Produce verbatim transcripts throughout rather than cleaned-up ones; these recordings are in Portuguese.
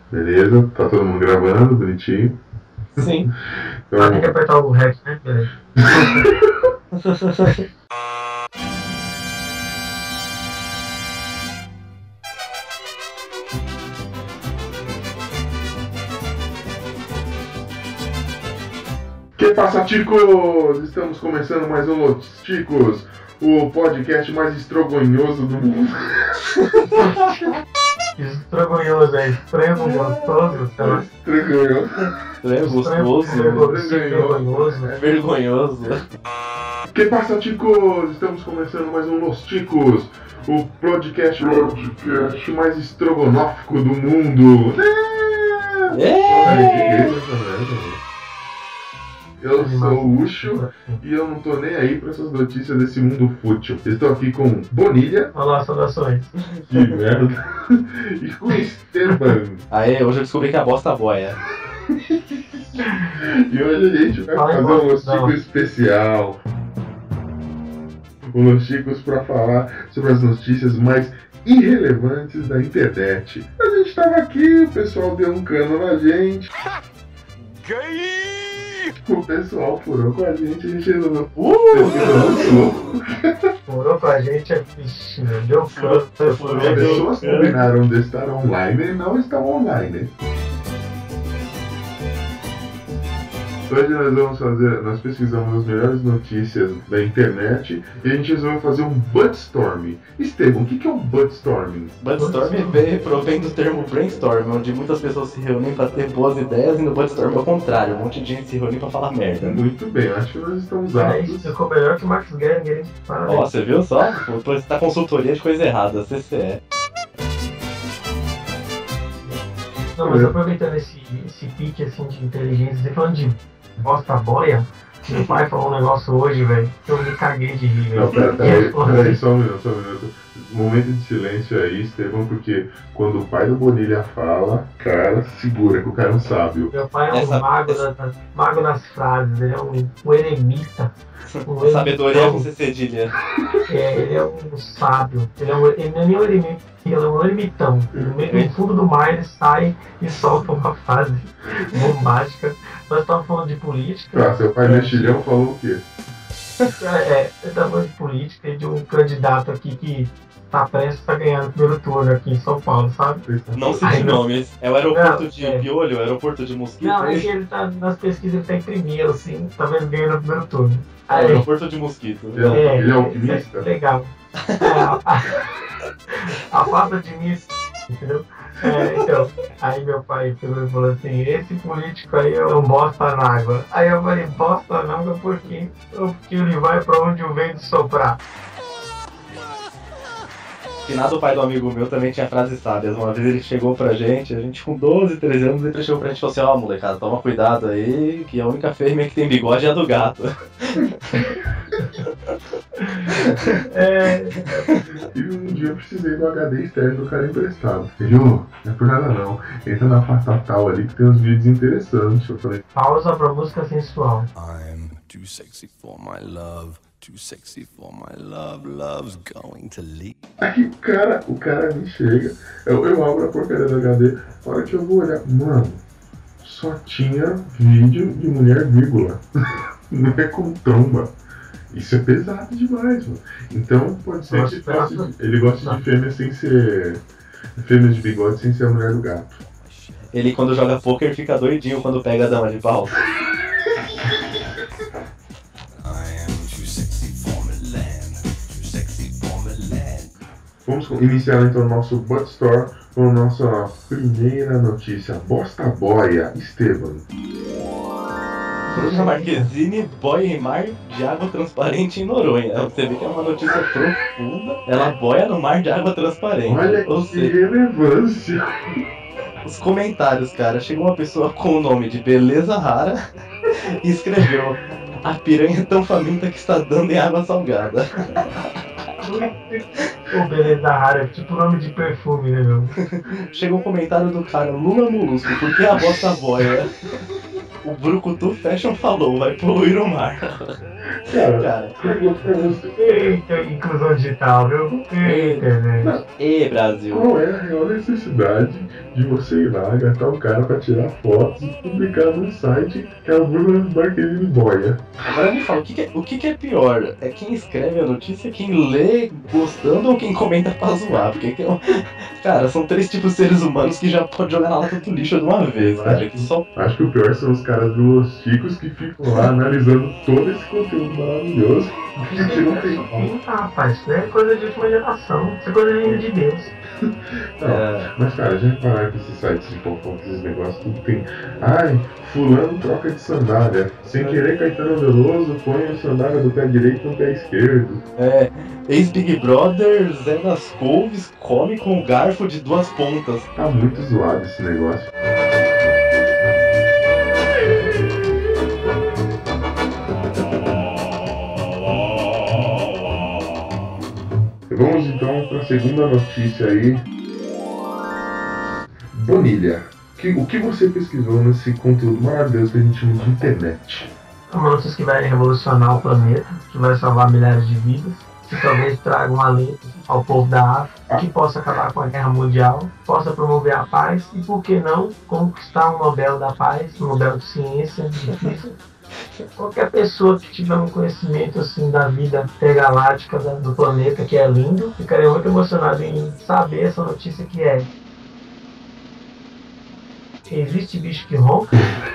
Beleza, tá todo mundo gravando, bonitinho. Sim. Então... Ah, tem que apertar o REC, né? Beleza. Que passa, ticos? Estamos começando mais um Los Ticos, o podcast mais estrogonhoso do mundo. Estrogonhoso, é estranho, gostoso, tá? Estrogonhoso. É gostoso, Estrogonhoso. é vergonhoso. Que passa, ticos? Estamos começando mais um Los Ticos, o podcast, podcast mais estrogonófico do mundo. É. Eu sou o Ucho e eu não tô nem aí pra essas notícias desse mundo fútil. Estou aqui com Bonilha. Olá, saudações. Que merda. E com Esteban. Aê, hoje eu descobri que a bosta boia. E hoje a gente vai fazer um Los Ticos especial. Um Los Ticos pra falar sobre as notícias mais irrelevantes da internet. A gente tava aqui, o pessoal deu um cano na gente. O pessoal furou com a gente, a gente resolveu. Uh! Furou com a gente, é bichinho, deu furo. As pessoas combinaram de estar online e não estão online. Hoje nós vamos fazer, nós pesquisamos as melhores notícias da internet e a gente resolveu fazer um Buttstorming. Esteban, o que é um Buttstorming? Buttstorming veio, provém do termo brainstorm, onde muitas pessoas se reúnem pra ter boas ideias, e no Buttstorm é o contrário, um monte de gente se reúne pra falar merda. Muito bem, acho que nós estamos É aptos. isso, ficou melhor que o Max Geringer, hein? Ó, Parabéns. você viu só? Você tá consultoria de coisa errada, C C E. Não, mas aproveitando esse, esse pique assim de inteligência, você falando de bosta boia, meu pai falou um negócio hoje, velho, que eu me caguei de rir, velho. Não, pera, pera, E aí, ele falou pera aí, assim, só um minuto, só um minuto. Momento de silêncio aí, Esteban, porque quando o pai do Bonilha fala, cara, segura que o cara é um sábio. meu pai é um Essa- mago, essa- da- mago nas frases, ele é um, um eremita. Um Sabedoria ermitão. com C cedilha. É, ele é um sábio, ele, é um, ele não é nem um eremita, ele é um ermitão. No, meio- no fundo do mar ele sai e solta uma frase bombástica. Nós estávamos falando de política. Tá, seu pai mexilhão falou o quê? É, eu tava falando de política e de um candidato aqui que tá prestes a ganhar no primeiro turno aqui em São Paulo, sabe? Não cite Ai, não. nomes. É o aeroporto Não, de é. Piolho, o aeroporto de Mosquito. Não, é que ele tá nas pesquisas, ele tá em primeiro, assim, talvez ganhe no primeiro turno. É o Aí, aeroporto de Mosquito. Ele é, ele é alquimista? é legal. É, a, a, a falta de mim, entendeu? É, então, aí meu pai pegou e falou assim, esse político aí é um bosta na água. Aí eu falei, bosta na água por quê? Porque ele vai pra onde o vento soprar. Finado pai do amigo meu também tinha frases sábias. Uma vez ele chegou pra gente, a gente com doze, treze anos, ele chegou pra gente e falou assim: ó, molecada, toma cuidado aí, que a única fêmea que tem bigode é a do gato. É, E um dia eu precisei do H D externo do cara emprestado. Ele, ô, não é por nada não. Entra na Fatatal ali que tem uns vídeos interessantes. Eu falei, pausa pra música sensual. I'm too sexy for my love, too sexy for my love, love's going to leave. aí o cara, o cara me chega, eu, eu abro a porcaria do H D, a hora que eu vou olhar, mano, só tinha vídeo de mulher vírgula. Não é com tromba. Isso é pesado demais, mano. Então pode ser Nossa, que ele goste nossa. de, ele goste de fêmea sem ser. Fêmea de bigode sem ser a mulher do gato. Ele, quando joga poker, fica doidinho quando pega a dama de pau. I am too sexy for Milan, too sexy for Milan. Vamos iniciar então o nosso Butt Store com a nossa primeira notícia. Bosta boia, Esteban. Bruna Marquezine boia em mar de água transparente em Noronha. Você vê que é uma notícia profunda. Ela boia no mar de água transparente. Olha Ou que seja, relevância. os comentários, cara. Chegou uma pessoa com o nome de Beleza Rara e escreveu: a piranha é tão faminta que está dando em água salgada. Ô, beleza rara, tipo nome de perfume, né, meu? Chegou um comentário do cara: Lula Molusco, por que a bosta boia? O Brucutu Fashion falou: vai poluir o mar. Cara, Cara, pergunta pra você. Eita, inclusão digital, viu? Eita, velho. e Brasil. Qual é a real necessidade de você ir lá, gastar o cara pra tirar fotos e publicar num site que a Bruna Marquezine boia? Agora me fala, o que, que é, o que, que é pior? É quem escreve a notícia, quem lê gostando ou quem comenta pra zoar? Porque, que é um- cara, são três tipos de seres humanos que já pode jogar na lata do lixo de uma vez, cara. Que só... Acho que o pior são os caras do Los Chicos que ficam lá analisando todo esse conteúdo maravilhoso. A gente não tem como. Eita, rapaz, isso não é coisa de última geração. Isso é coisa de de Deus. Não, É, mas cara, já repararam que esses sites de fofoca, esses negócios, tudo tem. Ai, fulano troca de sandália. Sem querer, Caetano Veloso põe a sandália do pé direito no pé esquerdo. é, ex-Big Brother, Zé das Couves, come com um garfo de duas pontas. Tá muito zoado esse negócio. Vamos então para a segunda notícia aí. Bonilha, que, o que você pesquisou nesse conteúdo maravilhoso que a gente chama de internet? Uma notícia que vai revolucionar o planeta, que vai salvar milhares de vidas, que talvez traga um alento ao povo da África, que possa acabar com a guerra mundial, possa promover a paz e, por que não, conquistar um Nobel da Paz, um Nobel de Ciência, de Física. Qualquer pessoa que tiver um conhecimento assim da vida intergaláctica da- do planeta, que é lindo, ficaria muito emocionado em saber essa notícia que é: existe bicho que ronca?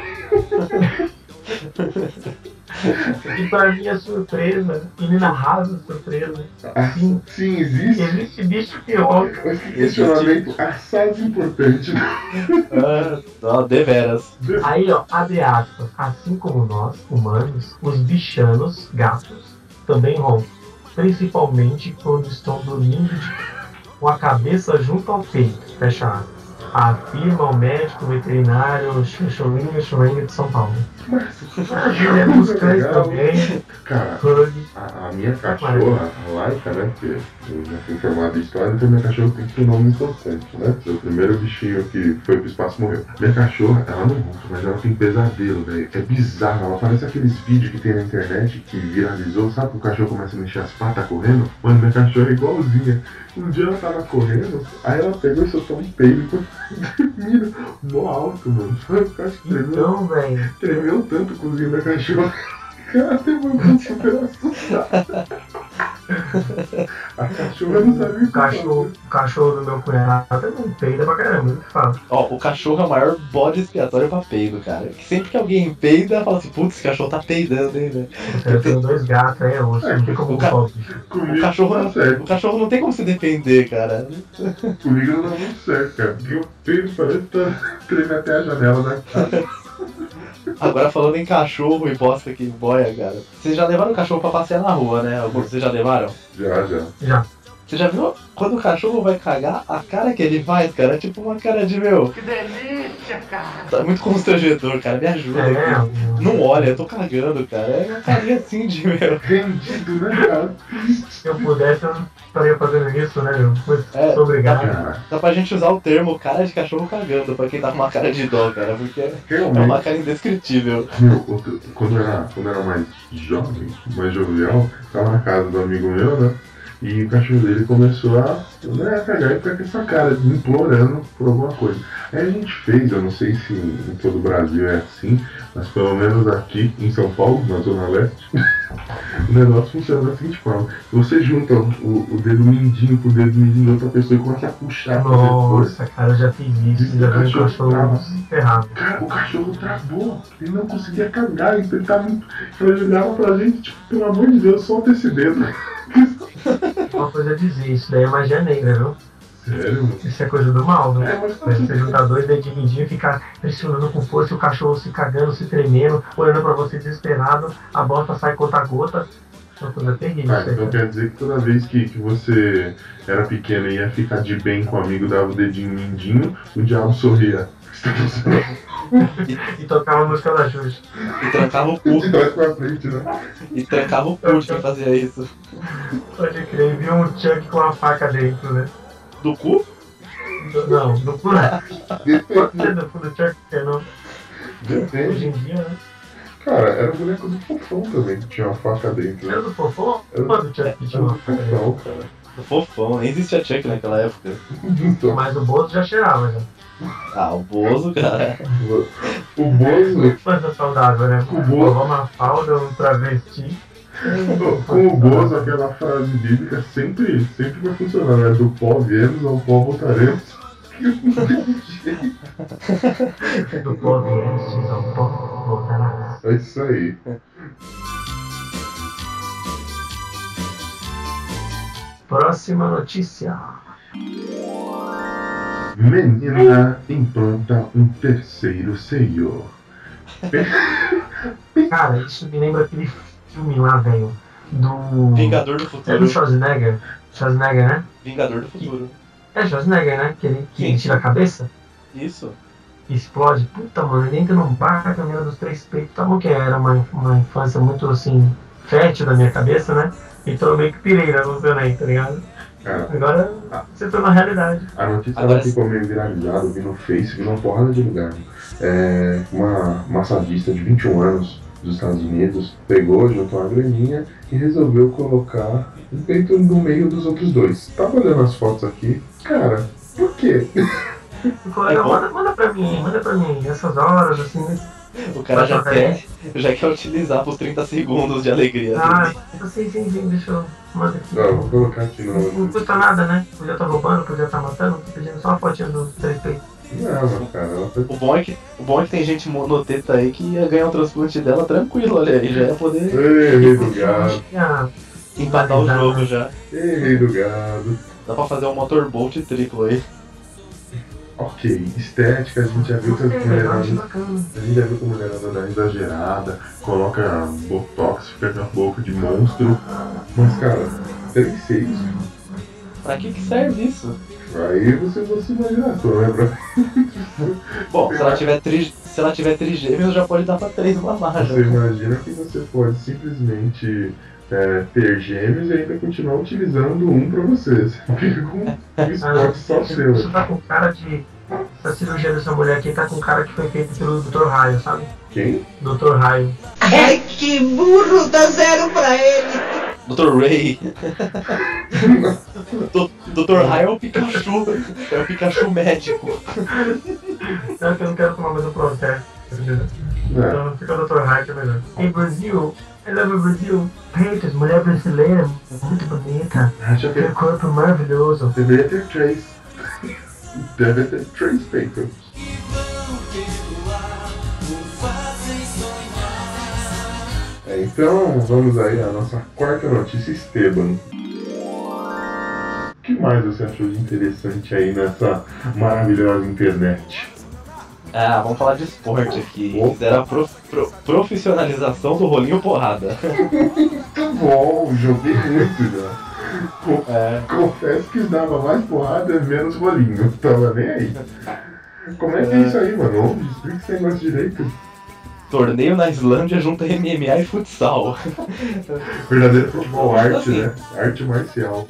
E para minha surpresa, inenarrável surpresa, Ah, sim, sim, existe. existe bicho que ronca. Mas que questionamento assaz importante. Ah, não, deveras. Aí, ó, abre aspas, assim como nós, humanos, os bichanos, gatos, também roncam, principalmente quando estão dormindo de... com a cabeça junto ao peito, fecha aspas. Afirma o médico veterinário Chuchurinho Churinho de São Paulo. Temos cães Legal. também, Cara, Hug. a, a minha cachorra, a Laika, né? Que eu já fui informado de história, então minha cachorra tem que ter um nome importante, né? O primeiro bichinho que foi pro espaço morreu. Minha cachorra, ela não ronca, mas ela tem pesadelo, velho. É bizarro, ela parece aqueles vídeos que tem na internet que viralizou, sabe? Que o cachorro começa a mexer as patas correndo. Mano, minha cachorra é igualzinha. Um dia ela tava correndo, aí ela pegou e soltou um peido dormindo mó alto, mano. Eu acho que tremeu, Então, velho, tremeu tanto o cozinho da cachorra. Cara, tem uma super assustada. A cachorra não sabia o o que cachorro, o cachorro do meu cunhado também peida pra caramba, eu que falo. Ó, o cachorro é o maior bode expiatório pra peido, cara. Que sempre que alguém peida, fala assim, putz, esse cachorro tá peidando, hein, velho. Eu tenho dois gatos aí, eu ouço, não tem como o ca- culpar o bicho. fazer. Comigo O cachorro, não não, dá certo. o cachorro não tem como se defender, cara. Comigo não dá muito certo, cara. Porque o peido parece que tá tremendo até a janela da casa. Agora falando em cachorro e bosta que boia, cara. Vocês já levaram o cachorro pra passear na rua, né? Alguns vocês já levaram? Já, já. Já. Você já viu quando o cachorro vai cagar, a cara que ele faz, cara? É tipo uma cara de meu. Que delícia, cara! Tá muito constrangedor, cara. Me ajuda É, aqui. Não olha, eu tô cagando, cara. É uma carinha assim de meu. Rendido, né, cara? Se eu pudesse, eu não estaria fazendo isso, né, meu? Mas É, sou obrigado. Cara, Dá pra gente usar o termo cara de cachorro cagando pra quem tá com uma cara de dó, cara. Porque é uma realmente. cara indescritível. Meu, outro- quando eu era, quando eu era mais jovem, mais jovial, tava na casa do amigo meu, né? E o cachorro dele começou a, né, a cagar e ficar com essa cara, implorando por alguma coisa. Aí a gente fez, eu não sei se em todo o Brasil é assim, mas pelo menos aqui em São Paulo, na Zona Leste, o negócio funciona da seguinte forma: você junta o, o dedo mindinho com o dedo mindinho da outra pessoa e começa a puxar pra depois. Nossa, cara, eu já fiz isso, já vi um cachorro ferrado. Cara, o cachorro travou, ele não conseguia cagar, então ele tava muito. Ele olhava pra gente, tipo, pelo amor de Deus, solta esse dedo. Uma coisa a dizer, isso daí é magia negra, viu? Sério, mano? Isso é coisa do mal, É, né? mas tá Mas tudo você juntar dois dedinhos mindinhos e ficar pressionando com força, e o cachorro se cagando, se tremendo, olhando pra você desesperado, a bosta sai conta-gota. É uma coisa terrível. Ah, isso aí, então cara. quer dizer que toda vez que, que você era pequeno e ia ficar de bem com o amigo, dava o dedinho mindinho, o diabo sorria. E tocava a música da Xuxa. E trancava o cu. De trás pra frente, né? E trancava o cu de quem fazia isso. Pode crer, viu um Chuck com uma faca dentro, né? Do cu? Do- Não, do cu. Pode ser do cu do Chuck, que não. Hoje Depende. em dia, né? Cara, era o boneco do Fofão também, que tinha uma faca dentro. Era Né? do Fofão? Era Quando tinha que Era tinha do uma faca dentro? Fofão, cara. Fofão, nem existia Chuck naquela época. Então, Mas o Bozo já cheirava, já. Ah, o Bozo, cara. o Bozo, Infância saudável, né? O Bozo. Vovó Mafalda, um travesti. com o Bozo, aquela frase bíblica sempre, sempre vai funcionar, né? Do pó viemos, ao pó voltaremos. Do pó viestes ao pó voltarás. É isso aí. Próxima notícia. Menina implanta um terceiro seio. Cara, isso me lembra aquele filme lá, velho. Do. Vingador do É Futuro. do Schwarzenegger. Schwarzenegger, né? Vingador do Futuro. É Schwarzenegger, né? Que ele, que ele Sim. tira a cabeça Isso. e explode. Puta, mano, ele entra num bar, caminha dos três peitos. Tá bom que era uma, uma infância muito, assim, fértil da minha cabeça, né? Então eu meio que pirei na noção aí, tá ligado? Cara, Agora você foi uma realidade. a notícia Agora ela ficou meio viralizada, vi no Face, vi numa porrada de lugar. É, uma massagista de vinte e um anos dos Estados Unidos pegou, juntou uma graninha e resolveu colocar um peito no meio dos outros dois. Tava olhando as fotos aqui, cara, por quê? O colega, É bom. manda, manda pra mim, manda pra mim, nessas horas, assim. O cara já Mas, quer, já quer utilizar pros trinta segundos de alegria. Ah, sim, sim, sim, deixa eu. Manda aqui. Não, vou colocar aqui Não, não no. custa nada, né? Podia estar roubando, podia estar matando, tô pedindo só uma fotinha dos três peitos. Não, mas cara, ela foi. O bom, é que, o bom é que tem gente monoteta aí que ia ganhar o transplante dela tranquilo, olha aí, já ia poder Ei, rei do gado, Ah, empatar o jogo já. ei, rei do gado. Dá pra fazer um motorboat triplo aí. Ok, estética, a gente já viu que as gostei, velho, mulheradas. acho bacana. A gente já viu que a mulherada dá exagerada, coloca botox, fica com a boca de monstro. Mas cara, três seios. Pra que que serve isso? Aí você você imagina só, né? Pra Bom, se ela tiver tri, se ela tiver trigêmeos, já pode dar pra três uma margem. Você imagina que você pode simplesmente é, ter gêmeos e ainda continuar utilizando um pra você. Você fica com um Ah, esporte só isso, seu. isso tá com cara de. Essa cirurgia dessa mulher aqui tá com cara que foi feita pelo doutor Raio, sabe? Quem? doutor Raio. Ai, que burro, dá zero pra ele. doutor Ray. Do- doutor Ray é o Pikachu. É o Pikachu médico. Não, que eu não quero tomar mais o processo. Não. Então fica o doutor Raio que é melhor. Em Brasil, I love Brasil. Peitos, mulher brasileira, muito bonita. Acha que Tem corpo maravilhoso. deveria ter três. Deve ter três peitos. É, então vamos aí à nossa quarta notícia, Esteban. O que mais você achou de interessante aí nessa maravilhosa internet? Ah, vamos falar de esporte aqui. Opa. Fizeram a pro- pro- profissionalização do rolinho porrada. Muito bom, joguei muito já. Co- É. Confesso que dava mais porrada e menos rolinho, tava nem aí. Como é que é isso aí, mano? Onde? Explica esse negócio direito. Torneio na Islândia junta M M A e futsal. Verdadeiro futebol, arte, Assim. né? Arte marcial.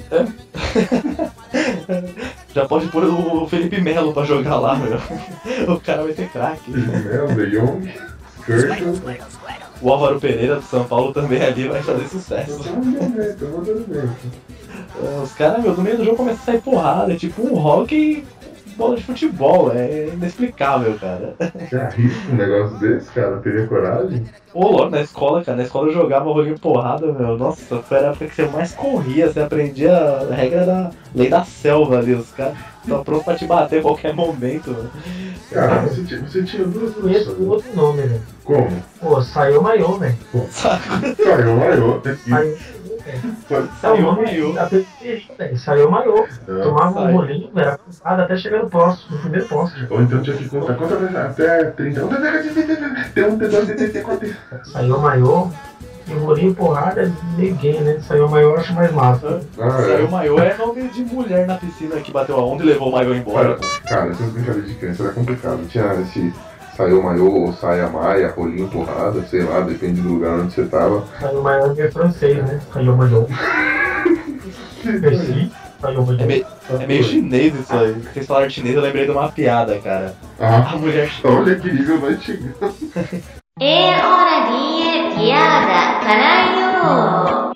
Já pode pôr o Felipe Melo pra jogar lá, meu. O cara vai ser craque. Mel, De Jong, Curtis. O Álvaro Pereira do São Paulo também ali vai fazer sucesso. Tô mandando bem, tô mandando bem. É, Os caras, meu, no meio do jogo começam a sair porrada, é tipo um hockey bola de futebol, é inexplicável, cara. Você arrisca um negócio desse, cara? Teria coragem? Ô, louco, na escola, cara, na escola eu jogava rolinho porrada, meu, nossa, foi a época que você mais corria, você aprendia a regra da lei da selva ali, os caras estão prontos pra te bater a qualquer momento, meu. Cara, você tinha, você tinha duas Conheço noções. outro nome, velho. Como? Pô, saiu maiô, velho. Saiu maior. Saiu. Pode É o Saiu nome maiô. da periferia, velho. Saiu maiô. ser. Tomava um Saiu. rolinho, velho, era cruzado até chegar no posto, no primeiro posto. Ou então tinha que contar. Conta até trinta. Tem um, tem dois, tem três, tem quatro. Saiu maiô. E rolinho porrada é meio gay, né? Saiu maiô eu acho mais massa. Ah, Saiu é. maiô é nome de mulher na piscina que bateu a onda e levou o maiô embora. Cara, cara, essas brincadeiras de criança era complicado. Tinha esse saiu maiô ou saia maia, rolinho porrada, sei lá, depende do lugar onde você tava. Saiu maiô é francês, né? Saiu maiô. Merci. Saiu É maiô. meio, é meio chinês isso aí. Vocês falaram chinês, eu lembrei de uma piada, cara. Ah, A mulher olha que nível vai chegar. É hora de piada, caralho!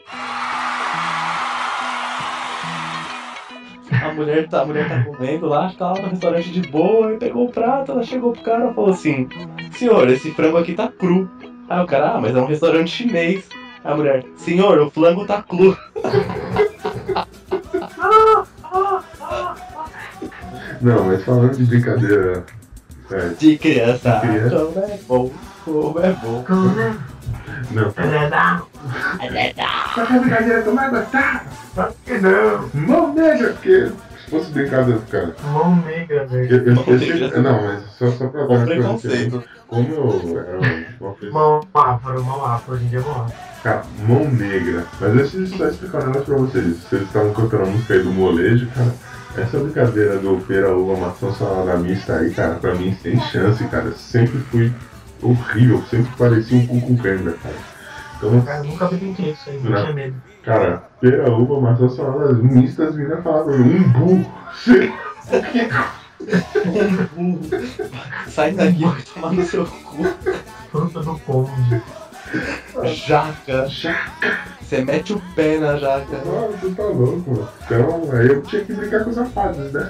A mulher, tá, a mulher tá comendo lá, tá lá no restaurante de boa, e pegou o prato, ela chegou pro cara e falou assim: senhor, esse frango aqui tá cru. Aí o cara, ah, mas é um restaurante chinês. Aí a mulher, senhor, o flango tá cru. Não, mas falando de brincadeira. É, De criança, De criança. como é bom, como é bom. Como é? não, É da... qual é a brincadeira que eu mais gostava? Só que não. Mão negra, porque se fosse brincadeira, cara. Mão negra, velho. Eu, eu, Mão eu negra. sempre- não, mas só, só pra dar Com uma coisa preconceito. assim, como eu era uma pessoa. Mão afro, mão afro. Hoje em dia é mão afro. Cara, mão negra. Mas deixa eu só explicar um negócio pra vocês. Vocês estavam cantando a música aí do molejo, cara. Essa brincadeira do pera, uva, maçã, salada mista aí, cara, pra mim sem chance, cara. Eu sempre fui horrível, sempre parecia um cu com câimbra, cara. Então, Cara, eu nunca brinquei isso aí, não Não. tinha medo. cara, pera, uva, maçã, salada mista, as meninas falavam pra mim, um burro. Sai daqui, vai tomar no seu cu. Fruta do conde. Jaca. Você mete o pé na jaca. Ah, você tá louco, mano. Então, aí eu tinha que brincar com os rapazes, né?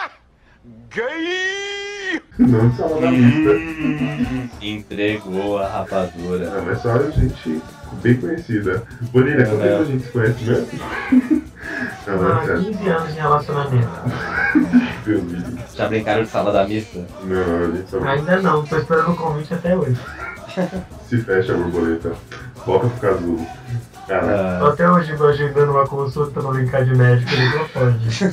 Gay! Não de salada mista. Hum, entregou a rapadura. Não, mas só a gente bem conhecida. Bonilha, quanto tempo a gente se conhece mesmo? Não, mas Ah, sério. quinze anos de relacionamento. Deus me livre. Já brincaram de salada mista? Não, a gente só Ainda não, tô esperando o convite até hoje. se fecha a borboleta. Volta pro casulo. Cara, Tô Ah, até hoje agendando uma consulta pra brincar de médico, ele não pode.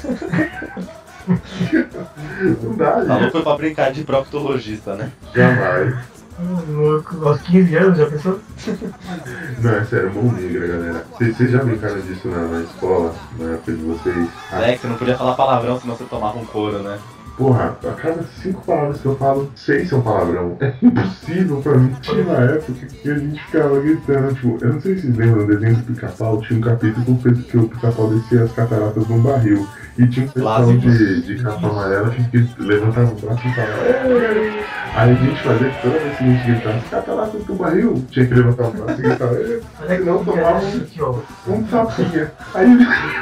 não dá, falou que gente. foi pra brincar de proctologista, né? Jamais. Ah, louco, aos quinze anos já pensou? Não, é sério, mão negra, galera. Vocês vocês já brincaram disso na, na escola, na época de vocês? Ah, É que você não podia falar palavrão, senão você tomava um couro, né? porra, a cada cinco palavras que eu falo, seis são palavrão. É impossível pra mim. Tinha uma época que a gente ficava gritando, tipo, eu não sei se vocês lembram do desenho do Pica-Pau, tinha um capítulo que o Pica-Pau descia as cataratas num barril. E tinha um pessoal Clássico. de, de capa amarela que, que levantava o braço e falava. "Ei!" Aí a gente fazia que toda vez que a gente gritasse cataratas do barril, tinha que levantar o braço e gritar. "Ei!" Olha que Não tomava um, idiota. um tapinha. Aí,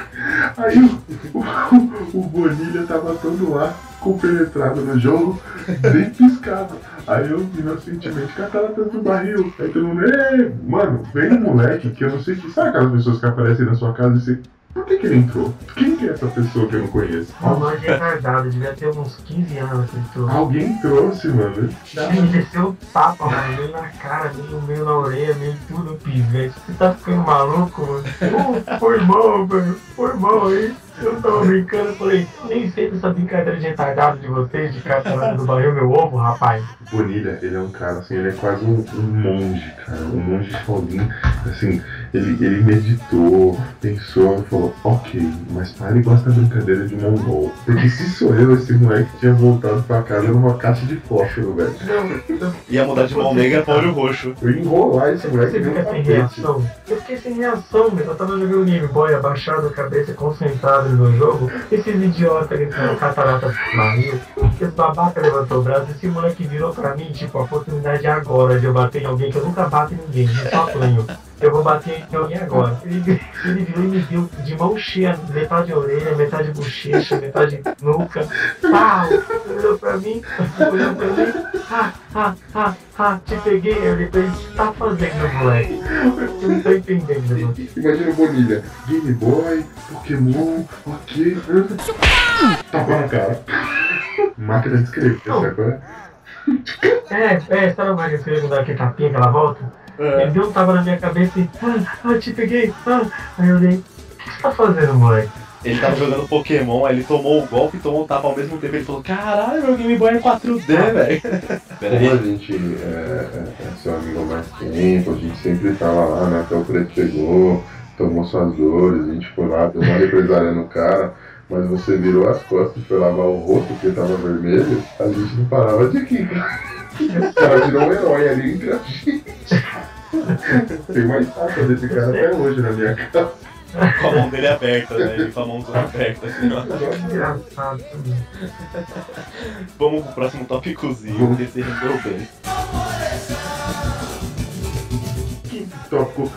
aí o, o, o Bonilha tava todo lá, compenetrado no jogo, nem piscava. Aí eu, inocentemente, cataratas do barril. Aí todo mundo, "Ei!" Mano, vem um moleque que eu não sei que. Sabe aquelas pessoas que aparecem na sua casa e você. Por que, que ele entrou? Quem que é essa pessoa que eu não conheço? Uma mãe retardada, devia ter uns quinze anos que ele trouxe. Alguém trouxe, mano. Ele desceu o tapa, mano, meio na cara, meio, meio na orelha, meio tudo pivete. Você tá ficando maluco, mano? Pô, foi mal, velho. Foi mal aí. Eu tava brincando, eu falei, nem sei dessa brincadeira de retardado de vocês, de catarata do barril, meu ovo, rapaz. Bonilha, ele é um cara assim, ele é quase um, um monge, cara. Um monge sozinho. Assim, ele, ele meditou, pensou e falou, ok, mas pare com essa brincadeira de mongol. Porque se sou eu, esse moleque tinha voltado pra casa numa caixa de fósforo, velho. Não, não. Ia mudar de mão negra pra olho roxo. Eu ia enrolar esse moleque Você no fica sem tapete. reação? Eu fiquei sem reação, meu. Eu tava jogando Game Boy, abaixado a cabeça, concentrado no jogo. Esses idiotas que estão catarata do barril, esse babaca levantou o braço, esse moleque virou pra mim, tipo, a oportunidade é agora de eu bater em alguém que eu nunca bato em ninguém, eu só apanho. Eu vou bater em alguém agora. Ele, ele virou e me deu de mão cheia, metade orelha, metade bochecha, metade nuca. Pau! Olhou pra mim, olhou pra mim, ha, ha, ha, ha, te peguei. Eu falei, o que você tá fazendo, moleque? Eu não tô entendendo, mano. Imagina o Bonilha, Game Boy, Pokémon, ok. Tapa na cara. Máquina de escrever, Não. agora. É, é, sabe mais que eu dar aquele tapinha, aquela volta? Ele deu um tapa na minha cabeça e, ah, ah, te peguei, ah. Aí eu olhei, o que você tá fazendo, moleque? Ele tava jogando Pokémon, aí ele tomou o golpe e tomou o tapa ao mesmo tempo. Ele falou, caralho, meu Game Boy é quatro D, velho. Como a gente é, é, é seu amigo há mais tempo, a gente sempre tava lá, né? Até o preto chegou, tomou suas dores, a gente foi lá, deu uma represália no cara, mas você virou as costas e foi lavar o rosto porque tava vermelho, a gente não parava de aqui. O cara virou um herói ali entre a gente. Tem uma estátua desse cara até hoje na minha casa. Com a mão dele aberta, né? Ele com a mãozona aberta, assim, ó. Engraçado. Vamos pro próximo tópicozinho, porque se rendeu bem. tópico.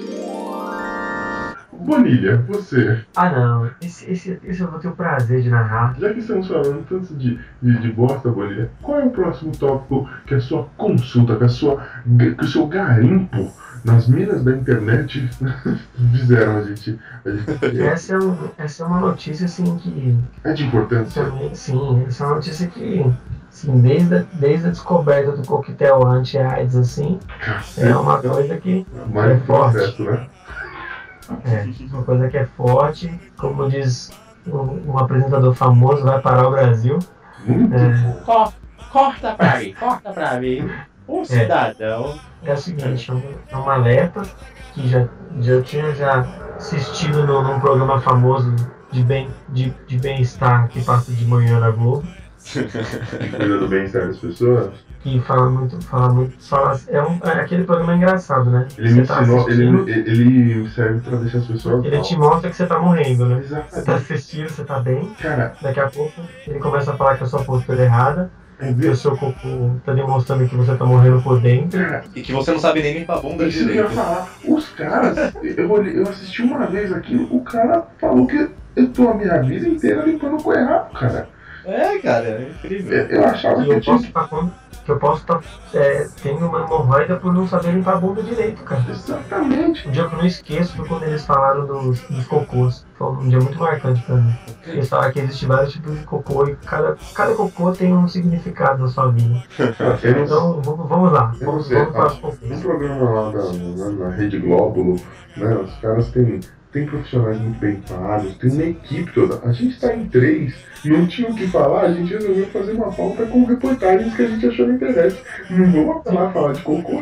Bonilha, você, Ah não, esse, esse, esse eu vou ter o prazer de narrar. já que estamos falando tanto de, de, de bosta, Bonilha, qual é o próximo tópico que a sua consulta, que, a sua, que o seu garimpo nas minas da internet fizeram a gente, a gente... Essa é, um, essa é uma notícia assim que É de importância. também, sim, essa é uma notícia que assim, desde, a, desde a descoberta do coquetel anti-AIDS assim, é uma coisa que Mais é um forte. processo, né? É, uma coisa que é forte, como diz um, um apresentador famoso, vai parar o Brasil. Muito É, bom. Co- Corta pra mim, corta pra mim. Um cidadão. é o seguinte, é um- é uma alerta que já, já tinha já assistido no, num programa famoso de bem de, de bem-estar que passa de manhã na Globo, Que cuida do bem-estar das pessoas. que fala muito, fala muito, fala, é, um, é aquele programa engraçado, né? Ele me Você tá ensinou, assistindo, ele, ele serve pra deixar as pessoas. ele te mostra que você tá morrendo, né? Você tá Exatamente. assistindo, você tá bem, Cara, daqui a pouco ele começa a falar que a sua postura é errada, é que o ver. seu cocô tá demonstrando que você tá morrendo por dentro. Cara, E que você não sabe nem limpar a bunda isso que eu ia direito. falar. Os caras, eu, olhei- eu assisti uma vez aquilo, o cara falou que eu tô a minha vida inteira limpando o cu errado, cara. É, cara, é incrível. Eu, eu achava E que eu eu tinha posso estar com- que eu posso estar é, tendo uma hemorroida por não saber limpar a bunda direito, cara. Exatamente. Um dia que eu não esqueço foi quando eles falaram dos, dos cocôs. Foi um dia muito marcante pra mim. Eles falaram que existem vários tipos de cocô e cada, cada cocô tem um significado na sua vida. Eu não Então vamos, vamos lá, Eu vamos, não sei, vamos para os Um cocôs. programa lá da, na, na Rede Glóbulo, né? Os caras têm, têm profissionais muito bem pagos, tem uma equipe toda. A gente tá em três, não tinha o que falar, a gente resolveu fazer uma pauta com reportagens que a gente achou na internet. Não vamos lá falar de cocô.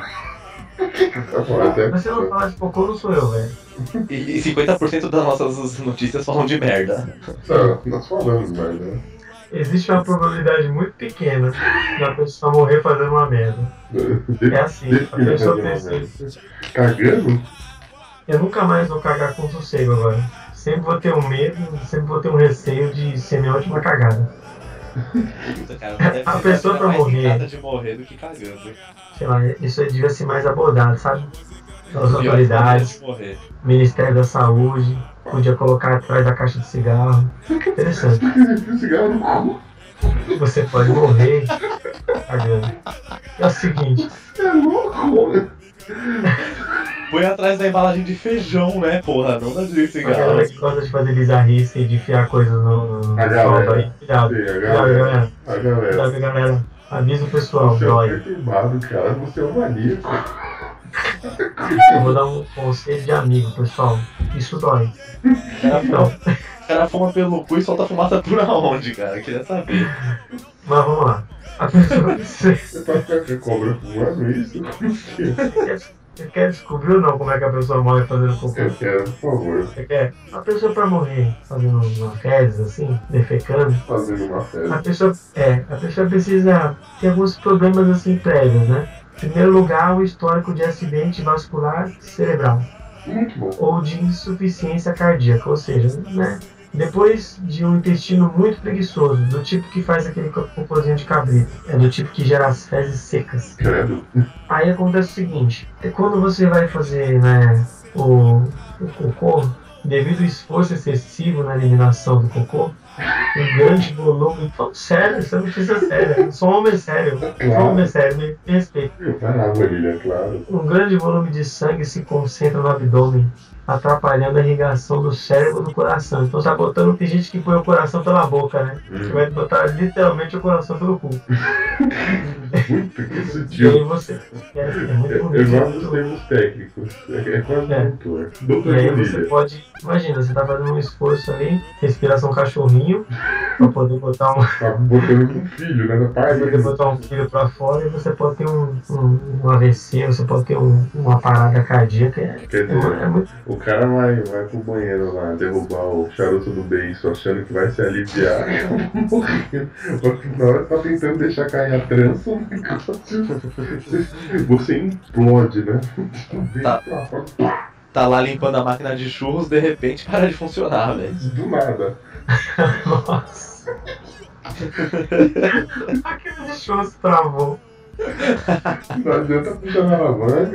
Até Mas se eu não falar de cocô, não sou eu, velho. E e cinquenta por cento das nossas notícias falam de merda. Tá, nós falamos, merda. Né? Existe uma probabilidade muito pequena da pessoa morrer fazendo uma merda. É assim, a pessoa pensa, Cagando? eu nunca mais vou cagar com sossego agora. Sempre vou ter um medo, sempre vou ter um receio de ser minha última cagada. Puta, cara, deve A ser pessoa pra mais morrer. indicada de morrer do que cagando. Sei lá, isso aí devia ser mais abordado, sabe? Pelas Pior que autoridades, de morrer. Ministério da Saúde, podia colocar atrás da caixa de cigarro. Interessante. Um cigarro no cu? Você pode morrer cagando. É o seguinte, É louco? Põe atrás da embalagem de feijão, né, porra? Não da de a cigarro. galera que gosta de fazer bizarrice e de enfiar coisas no, no A galera. soldo aí, cuidado. Sim, a Cuidado, galera. galera. A galera. Cuidado, galera. Avisa o pessoal, Você é um dói. perturbado, cara. Você é um maníaco. Eu vou dar um conselho de amigo, pessoal. Isso dói. O cara, Então, fuma, o cara fuma pelo cu e solta fumaça por aonde, cara? Eu queria saber. mas vamos lá. A pessoa precisa. Você pode ficar com a cobra fumando isso? Você quer descobrir ou não como é que a pessoa morre fazendo cocô? Eu quero, por favor. Você quer? A pessoa pra morrer fazendo uma fezes assim, defecando, Fazendo uma a festa. pessoa, é, a pessoa precisa ter alguns problemas assim prévios, né? Em primeiro lugar, o histórico de acidente vascular cerebral Muito bom. ou de insuficiência cardíaca, ou seja, né? Depois de um intestino muito preguiçoso, do tipo que faz aquele cocôzinho de cabrito, é do tipo que gera as fezes secas. Credo. Aí acontece o seguinte, é quando você vai fazer, né, o, o cocô, devido ao esforço excessivo na eliminação do cocô, um grande volume, falando sério, isso é notícia séria, eu sou um homem sério, eu sou um homem sério, me, me respeita. Vai lá, Bonilha, claro. Um grande volume de sangue se concentra no abdômen, atrapalhando a irrigação do cérebro e do coração. Então tá botando, tem gente que põe o coração pela boca, né? Você vai botar literalmente o coração pelo cu. Muito que E aí sutil. você. É, é muito Eu bonito. gosto dos termos técnicos. É, é quase É. doutor. E Doutor aí você Bonilha. pode. Imagina, você tá fazendo um esforço ali, respiração cachorrinho, pra poder botar um, Tá botando com um filho, né? Da pra parte poder botar um filho pra fora e você pode ter um, um, um A V C, você pode ter um, uma parada cardíaca. É, Quer é, dizer, é muito. o cara vai, vai pro banheiro lá, derrubar o charuto do beiço, achando que vai se aliviar. Morrendo. Na hora que tá tentando deixar cair a trança, o negócio. Você implode, né? Tá. Tá lá limpando a máquina de churros, de repente para de funcionar, velho. Do nada. Nossa. Aquele churros travou. Não adianta puxar na alavanca.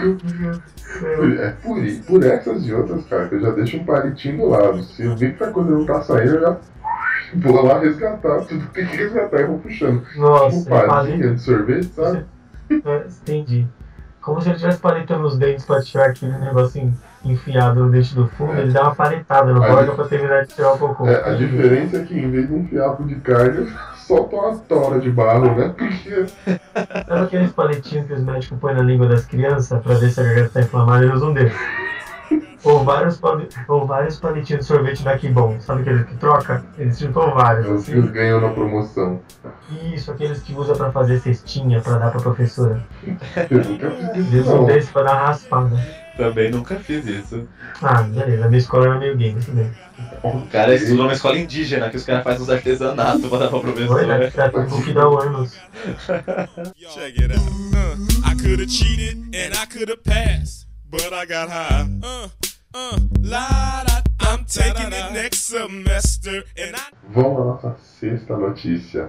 É por, por essas e outras, cara, que eu já deixo um palitinho do lado. Se eu ver que a coisa não tá saindo, eu já vou lá resgatar tudo que tem que resgatar e vou puxando. Nossa, Tipo palinha de sorvete, sabe? É, entendi. Como se ele tivesse palitando os dentes pra tirar aquele negocinho enfiado no dente do fundo, É. ele dá uma paletada no A órgão di- pra terminar de tirar o cocô. É, a diferença é que em vez de um fiapo de carne, solta uma tora de barro, né? Porque Sabe aqueles palitinhos que os médicos põem na língua das crianças pra ver se a garganta tá inflamada, eles usam dele. Ou vários, pali... Ou vários palitinhos de sorvete da Que Bom, sabe aqueles que troca? Eles juntam vários, os que assim. ganham na promoção. Isso, aqueles que usa pra fazer cestinha, pra dar pra professora. Eu nunca fiz Eles isso, usam não. desse pra dar uma raspada. Também nunca fiz isso. Ah, beleza, a minha escola era meio gay, isso mesmo. O cara estudou numa escola indígena, que os caras fazem uns artesanatos pra dar pra Foi, professora. né? Pra ter book da anos. Check it out. Uh, I could have cheated and I could have passed, but I got high. Uh, uh, la da. I'm taking it next semester and I. Vamos à nossa sexta notícia.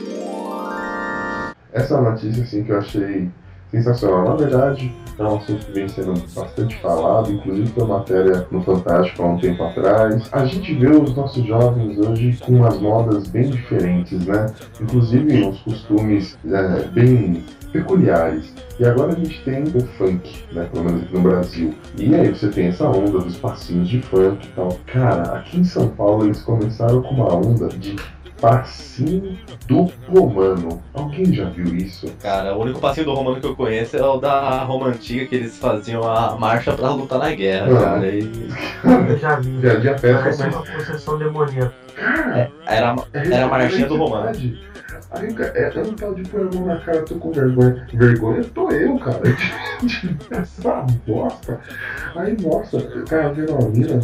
Essa notícia, assim, que eu achei sensacional. Na verdade, é um assunto que vem sendo bastante falado, inclusive foi matéria no Fantástico há um tempo atrás. A gente vê os nossos jovens hoje com umas modas bem diferentes, né? Inclusive uns costumes é, bem peculiares. E agora a gente tem o funk, né? Pelo menos aqui no Brasil. E aí você tem essa onda dos passinhos de funk e tal. Cara, aqui em São Paulo eles começaram com uma onda de passinho do romano. Alguém já viu isso? Cara, o único passinho do romano que eu conheço é o da Roma Antiga, que eles faziam a marcha pra lutar na guerra, Não. cara. E Eu já vi. Piadinha péssima, Parece mas uma possessão demoníaca. cara, era, é era a marchinha do romano. verdade. Aí, cara, é, é um tal de pôr a mão na cara, tô com vergonha. Vergonha tô eu, cara. De ver essa bosta. Aí, nossa, eu tava vendo uma mina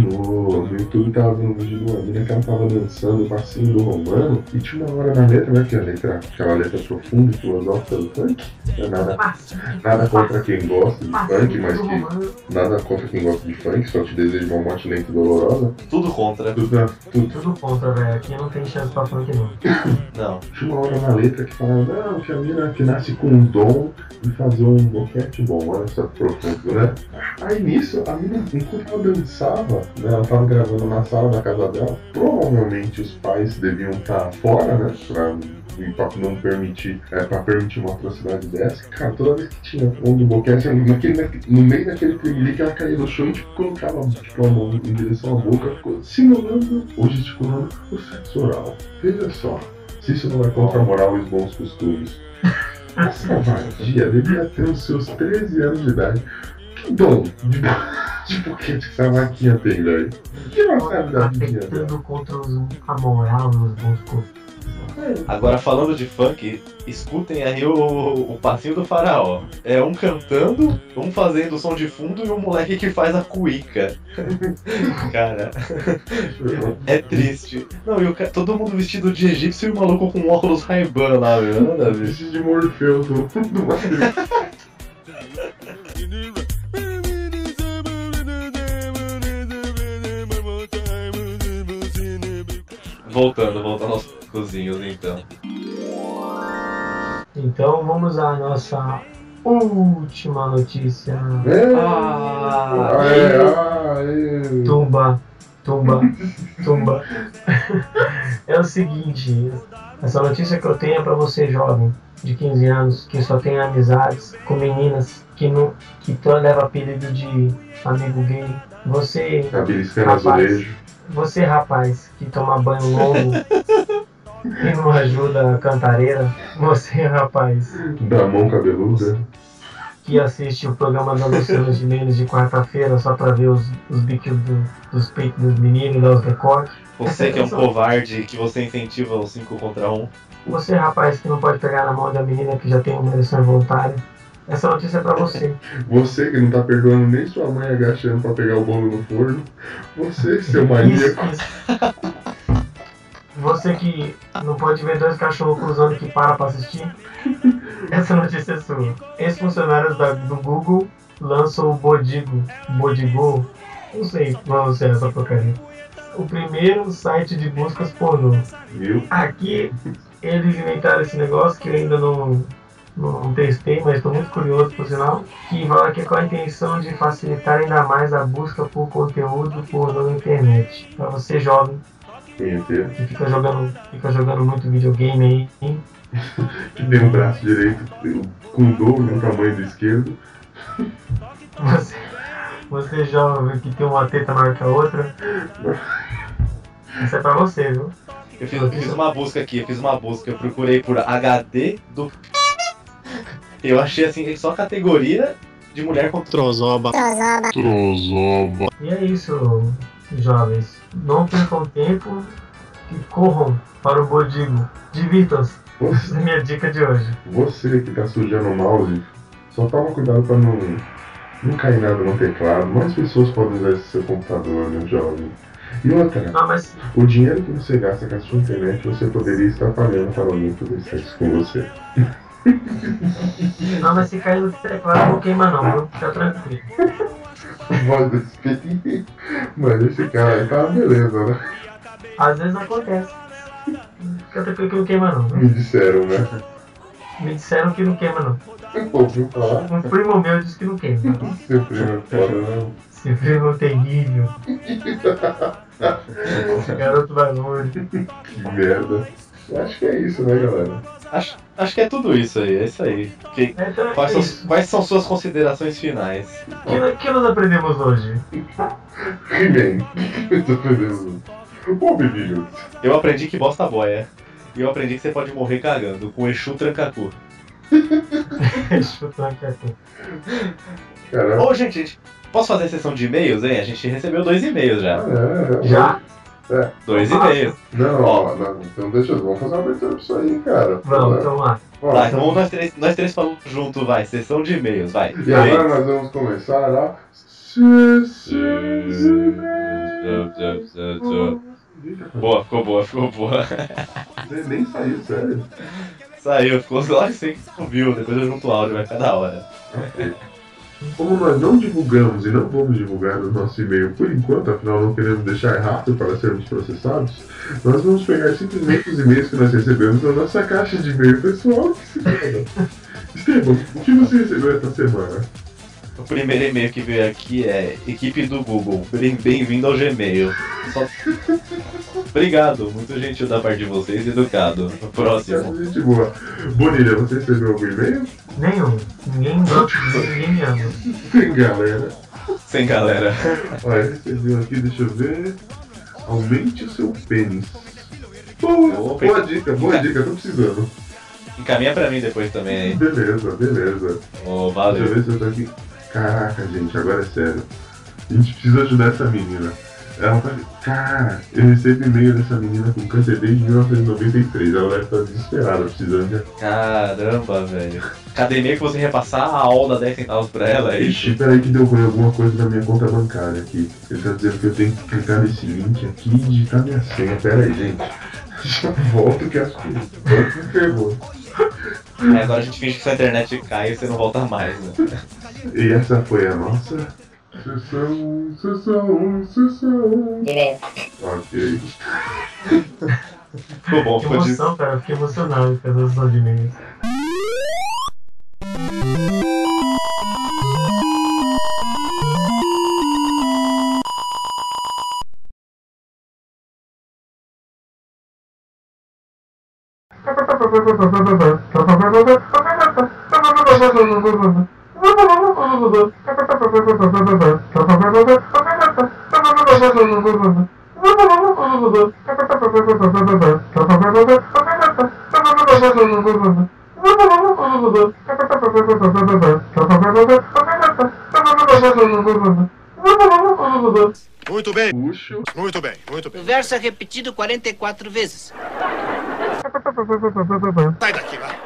no, no YouTube, tava vendo um vídeo de uma mina que ela tava dançando o passinho do romano. E tinha uma hora na letra, né? Que a letra, aquela letra profunda e filosófica do funk. Não é nada, nada contra quem gosta de funk, mas que nada contra quem gosta de funk, só te desejo uma morte lenta e dolorosa. Tudo contra. Tudo, né? Tudo. Tudo contra, velho. Aqui não tem chance pra funk, não. Não. Tinha uma hora na letra que falava, não, que a mina que nasce com um dom de fazer um boquete bom, olha só que profundo, né? Aí nisso, a mina, enquanto ela dançava, né, ela tava gravando na sala da casa dela, provavelmente os pais deviam estar fora, né, pra, pra não permitir, é, pra permitir uma atrocidade dessa. Cara, toda vez que tinha um do boquete, naquele, no meio daquele crime que ela caía no chão e tipo, colocava tipo, a mão em direção à boca, ficou simulando ou gesticulando o sexo oral. Veja só. Se isso não é contra a moral e os bons costumes. Essa vadia devia ter os seus treze anos de idade. Que dom de, de boquete que essa vaquinha tem, velho? Que ela sabe da vida dela? Atentando contra os, a moral e os bons costumes. Agora, falando de funk, escutem aí o, o passinho do faraó. É um cantando, um fazendo som de fundo e um moleque que faz a cuíca. Cara, é triste. Não, e o cara, todo mundo vestido de egípcio e o maluco com óculos Ray-Ban lá, meu. Nada a ver. Esse de Morfeu do, do Matrix. Voltando, voltando aos cozinhos então. Então vamos à nossa última notícia. É, Ah, é, ah, é. Tumba, tumba, tumba. É o seguinte, essa notícia que eu tenho é pra você jovem, de quinze anos, que só tem amizades com meninas, que, não, que leva apelido de amigo gay. Você, Tá beliscando rapaz, azulejo. você rapaz, que toma banho longo e não ajuda a cantareira. Você rapaz, Da mão cabeluda. que assiste o programa da Luciana Gimenez de quarta-feira só pra ver os, os bichos do, dos peitos dos meninos e dar os decotes. você que é um covarde, que você incentiva o cinco contra um. Você, rapaz, que não pode pegar na mão da menina que já tem uma ereção involuntária. Essa notícia é pra você. Você que não tá perdoando nem sua mãe agachando pra pegar o bolo no forno. Você, seu Isso, maníaco. isso. Você que não pode ver dois cachorros cruzando que para pra assistir. Essa notícia é sua. Ex-funcionários da- do Google lançam o Bodigo. Bodigo? Não sei qual é essa porcaria. O primeiro site de buscas pornô. Viu? Aqui eles inventaram esse negócio que eu ainda não, não, não testei, mas estou muito curioso por sinal, que fala que é com a intenção de facilitar ainda mais a busca por conteúdo pornô na internet. Para você jovem Conhecer. que fica jogando, fica jogando muito videogame aí, hein? Que tem um braço direito com o dobro do tamanho do esquerdo. Você, você jovem que tem uma teta maior que a outra. Isso é pra você, viu? Eu fiz, eu fiz uma busca aqui, eu fiz uma busca, eu procurei por H D do... Eu achei assim, só categoria de mulher com trozoba. Trozoba. E é isso, jovens. Não percam tempo e corram para o Bodigo. Divirtam-se. Essa é a minha dica de hoje. Você que tá sujando o mouse, só toma cuidado pra não, não cair nada no teclado. Mais pessoas podem usar esse seu computador, meu jovem. E outra, Não, mas o dinheiro que você gasta com a sua internet, você poderia estar pagando para alguém fazer sexo com você. Não, mas se cair no teclado não queima não, viu? Fica tranquilo. Voz desse pequenininho. Mas esse cara aí tá uma beleza, né? Às vezes acontece. Fica tranquilo que não queima não, viu? Me disseram, né? Me disseram que não queima não. Ouviu falar? Um primo meu disse que não queima. Seu primo é foda, não? Esse primo é terrível. Esse garoto vai longe. Que merda. Eu acho que é isso, né, galera? Acho, acho que é tudo isso aí, é isso aí. Que, É, então é quais, são, isso. quais são suas considerações finais? O que, que nós aprendemos hoje? He-Man. Eu tô aprendendo. Ô, bebinho. Eu aprendi que bosta boia. E eu aprendi que você pode morrer cagando com Exu Trancacu. Chutar aqui aqui. Caramba. Ô, gente, gente, posso fazer sessão de e-mails, hein? A gente recebeu dois e-mails já. É, é, Já? É. Dois Nossa. e-mails. Não, Ó. não, então deixa eu. Vamos fazer uma abertura pra isso aí, cara. Vamos, então lá. Ó, Tá, então vamos nós três, nós três falando junto, vai. Sessão de e-mails, vai. E agora nós vamos começar a. Boa, ficou boa, ficou boa. Nem saiu, sério. Saiu, ficou lá que você viu, depois eu junto o áudio, vai ficar da hora. Como nós não divulgamos e não vamos divulgar no nosso e-mail por enquanto, afinal não queremos deixar rápido para sermos processados, nós vamos pegar simplesmente os e-mails que nós recebemos na nossa caixa de e-mail pessoal. Que se foda. Esteban, o que você recebeu esta semana? O primeiro e-mail que veio aqui é equipe do Google, bem- bem-vindo ao Gmail. Só... Obrigado, muito gentil da parte de vocês, educado. Próximo. Gente boa. Bonilha, você recebeu algum e-mail? Nenhum. Ninguém gosta de mim, ninguém me ama. Tem galera. Sem galera. Olha, recebeu aqui, deixa eu ver. Aumente o seu pênis. Boa, Opa. boa dica, boa dica, tô precisando. Encaminha pra mim depois também aí. Beleza, beleza. Ô, Deixa eu valeu. ver se eu tô aqui. Caraca, gente, agora é sério. A gente precisa ajudar essa menina. Ela tá. Cara, eu recebo e-mail dessa menina com câncer desde mil novecentos e noventa e três. Ela deve estar desesperada, precisando de. Caramba, velho. Cadê e-mail que você repassar a aula dez centavos pra ela, é Ixi, isso? peraí que deu ruim alguma coisa na minha conta bancária aqui. Ele tá dizendo que eu tenho que clicar nesse link aqui e digitar minha senha. Pera aí, gente. Já volto que acho que agora me ferrou. Aí agora a gente finge que sua internet cai e você não volta mais, né? E essa foi a nossa sessão, sessão, sessão. Ok. Ficou bom, Que ficou de... emoção, cara. Eu fiquei emocionado com essa sessão de e-mails. Muito bem, Puxo. muito bem, muito bem. O verso é repetido quarenta e quatro vezes. Sai daqui, vai.